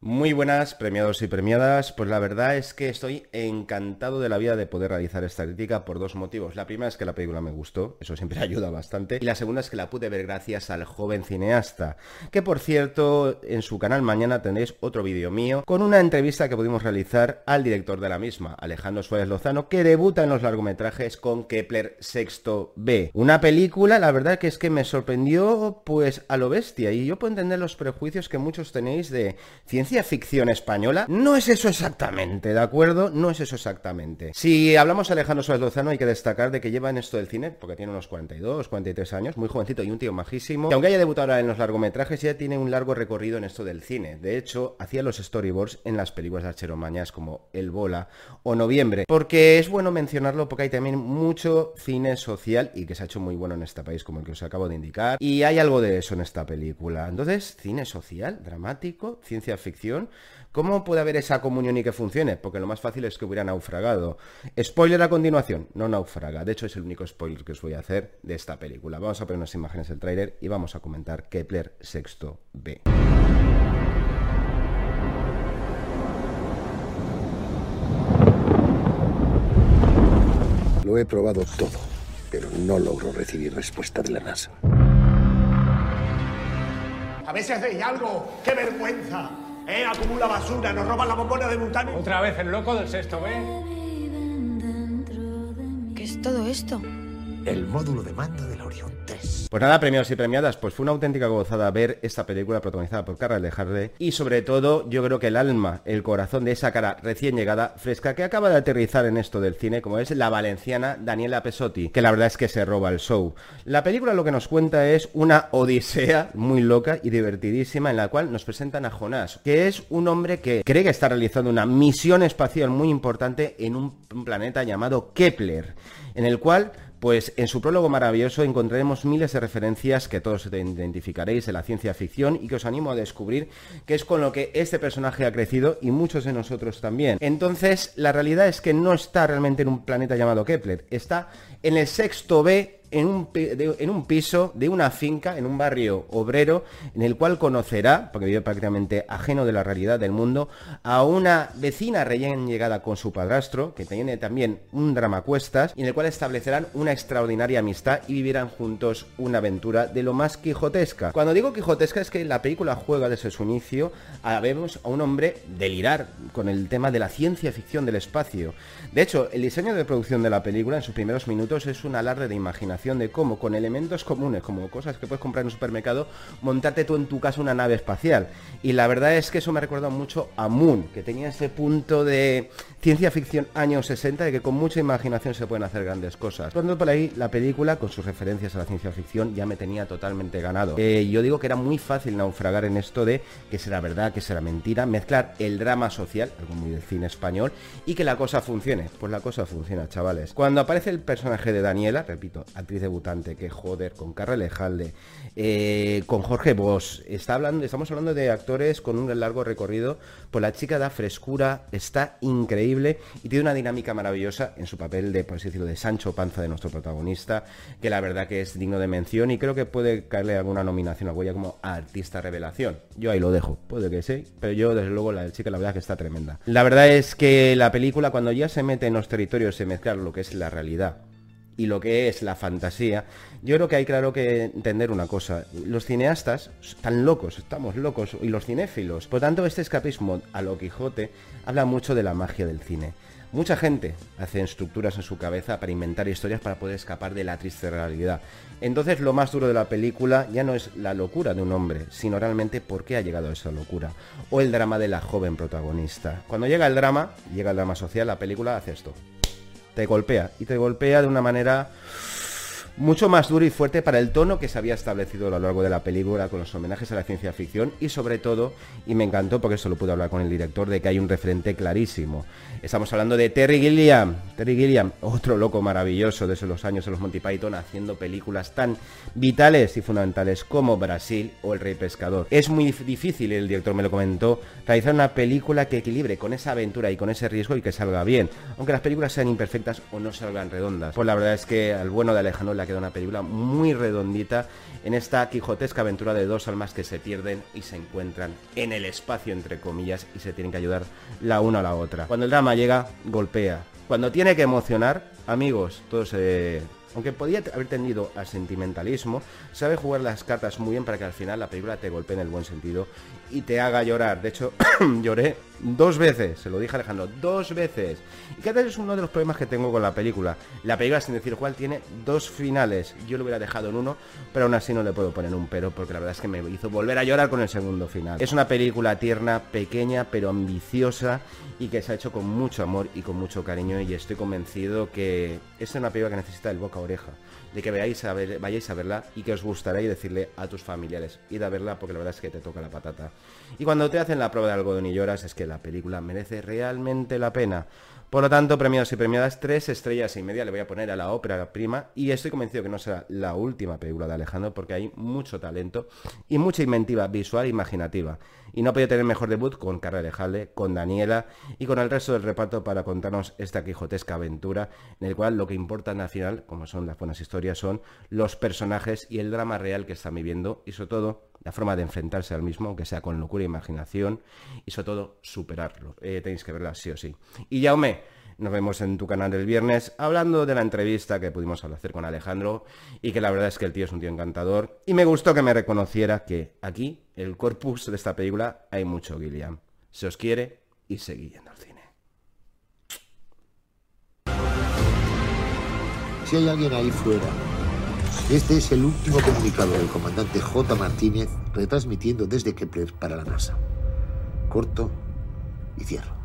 Muy buenas, premiados y premiadas. Pues la verdad es que estoy encantado de la vida de poder realizar esta crítica por dos motivos. La primera es que la película me gustó, eso siempre ayuda bastante. Y la segunda es que la pude ver gracias al joven cineasta, que por cierto, en su canal mañana tendréis otro vídeo mío con una entrevista que pudimos realizar al director de la misma, Alejandro Suárez Lozano, que debuta en los largometrajes con Kepler Sexto B. Una película, la verdad que es que me sorprendió pues a lo bestia, y yo puedo entender los prejuicios que muchos tenéis de ciencia ficción española. No es eso exactamente, ¿de acuerdo? No es eso exactamente. Si hablamos de Alejandro Suárez Lozano, hay que destacar de que lleva en esto del cine, porque tiene unos 42, 43 años, muy jovencito y un tío majísimo, que aunque haya debutado ahora en los largometrajes, ya tiene un largo recorrido en esto del cine. De hecho, hacía los storyboards en las películas de Acheromañas como El Bola o Noviembre, porque es bueno mencionarlo porque hay también mucho cine social y que se ha hecho muy bueno en este país, como el que os acabo de indicar, y hay algo de eso en esta película. Entonces, cine social, dramático, ciencia ficción. ¿Cómo puede haber esa comunión y que funcione? Porque lo más fácil es que hubiera naufragado. Spoiler a continuación, no naufraga. De hecho, es el único spoiler que os voy a hacer de esta película. Vamos a poner unas imágenes del tráiler y vamos a comentar Kepler Sexto B. Lo he probado todo, pero no logro recibir respuesta de la NASA. A ver si hacéis algo. ¡Qué vergüenza! Acumula basura, nos roban la bombona de butano. Otra vez el loco del sexto B. ¿Qué es todo esto? El módulo de mando del Orión 3. Pues nada, premiados y premiadas, pues fue una auténtica gozada ver esta película protagonizada por Carla Lejarde y sobre todo yo creo que el alma, el corazón de esa cara recién llegada, fresca, que acaba de aterrizar en esto del cine, como es la valenciana Daniela Pesotti, que la verdad es que se roba el show. La película lo que nos cuenta es una odisea muy loca y divertidísima en la cual nos presentan a Jonás, que es un hombre que cree que está realizando una misión espacial muy importante en un planeta llamado Kepler, en el cual pues en su prólogo maravilloso encontraremos miles de referencias que todos identificaréis de la ciencia ficción y que os animo a descubrir que es con lo que este personaje ha crecido y muchos de nosotros también. Entonces, la realidad es que no está realmente en un planeta llamado Kepler, está en el sexto B, en un piso de una finca, en un barrio obrero, en el cual conocerá, porque vive prácticamente ajeno de la realidad del mundo, a una vecina recién llegada con su padrastro, que tiene también un drama a cuestas, y en el cual establecerán una extraordinaria amistad y vivirán juntos una aventura de lo más quijotesca. Cuando digo quijotesca es que la película juega desde su inicio vemos a un hombre delirar con el tema de la ciencia ficción del espacio. De hecho, el diseño de producción de la película en sus primeros minutos es un alarde de imaginación de cómo, con elementos comunes, como cosas que puedes comprar en un supermercado, montarte tú en tu casa una nave espacial. Y la verdad es que eso me ha recordado mucho a Moon, que tenía ese punto de ciencia ficción años 60, de que con mucha imaginación se pueden hacer grandes cosas. Cuando por ahí la película, con sus referencias a la ciencia ficción, ya me tenía totalmente ganado. Yo digo que era muy fácil naufragar en esto de que será verdad, que será mentira, mezclar el drama social, algo muy del cine español, y que la cosa funcione. Pues la cosa funciona, chavales. Cuando aparece el personaje de Daniela, repito, actriz debutante, que joder, con Carla Lejalde, con Jorge Bosch, estamos hablando de actores con un largo recorrido, pues la chica da frescura, está increíble y tiene una dinámica maravillosa en su papel de, por así decirlo, de Sancho Panza de nuestro protagonista, que la verdad que es digno de mención y creo que puede caerle alguna nominación a Goya como artista revelación. Yo ahí lo dejo, puede que sí, pero yo desde luego la chica la verdad que está tremenda. La verdad es que la película, cuando ya se mete en los territorios de mezclar lo que es la realidad y lo que es la fantasía, yo creo que hay claro que entender una cosa: los cineastas están locos, estamos locos, y los cinéfilos. Por tanto, este escapismo a lo Quijote habla mucho de la magia del cine. Mucha gente hace estructuras en su cabeza para inventar historias para poder escapar de la triste realidad. Entonces, lo más duro de la película ya no es la locura de un hombre, sino realmente por qué ha llegado a esa locura, o el drama de la joven protagonista. Cuando llega el drama social, la película hace esto: te golpea, y te golpea de una manera mucho más duro y fuerte para el tono que se había establecido a lo largo de la película, con los homenajes a la ciencia ficción y sobre todo, y me encantó porque eso lo pude hablar con el director, de que hay un referente clarísimo. Estamos hablando de Terry Gilliam, otro loco maravilloso desde los años de los Monty Python, haciendo películas tan vitales y fundamentales como Brasil o El Rey Pescador. Es muy difícil, el director me lo comentó, realizar una película que equilibre con esa aventura y con ese riesgo y que salga bien, aunque las películas sean imperfectas o no salgan redondas. Pues la verdad es que al bueno de Alejandro le ha quedado una película muy redondita en esta quijotesca aventura de dos almas que se pierden y se encuentran en el espacio, entre comillas, y se tienen que ayudar la una a la otra. Cuando el drama llega, golpea. Cuando tiene que emocionar, amigos, todo se... Aunque podía haber tendido al sentimentalismo, sabe jugar las cartas muy bien para que al final la película te golpee en el buen sentido y te haga llorar. De hecho, lloré 2 veces, se lo dije a Alejandro, 2 veces. Y cada vez es uno de los problemas que tengo con la película. La película, sin decir cuál, tiene 2 finales. Yo lo hubiera dejado en uno, pero aún así no le puedo poner un pero, porque la verdad es que me hizo volver a llorar con el segundo final. Es una película tierna, pequeña, pero ambiciosa, y que se ha hecho con mucho amor y con mucho cariño, y estoy convencido que es una película que necesita el boca a oreja, de que vayáis a verla y que os gustará, y decirle a tus familiares, id a verla porque la verdad es que te toca la patata. Y cuando te hacen la prueba de algodón y lloras, es que la película merece realmente la pena. Por lo tanto, premiados y premiadas, 3 estrellas y media le voy a poner a la ópera prima, y estoy convencido que no será la última película de Alejandro, porque hay mucho talento y mucha inventiva visual e imaginativa. Y no podía tener mejor debut con Carla Alejandre, con Daniela y con el resto del reparto para contarnos esta quijotesca aventura, en el cual lo que importan al final, como son las buenas historias, son los personajes y el drama real que están viviendo, y sobre todo la forma de enfrentarse al mismo, aunque sea con locura e imaginación, y sobre todo superarlo. Tenéis que verla sí o sí. Y Jaume, nos vemos en tu canal el viernes hablando de la entrevista que pudimos hacer con Alejandro, y que la verdad es que el tío es un tío encantador, y me gustó que me reconociera que aquí, el corpus de esta película, hay mucho Gilliam. Se os quiere y seguid yendo al cine. Si hay alguien ahí fuera, este es el último comunicado del comandante J. Martínez, retransmitiendo desde Kepler para la NASA. Corto y cierro.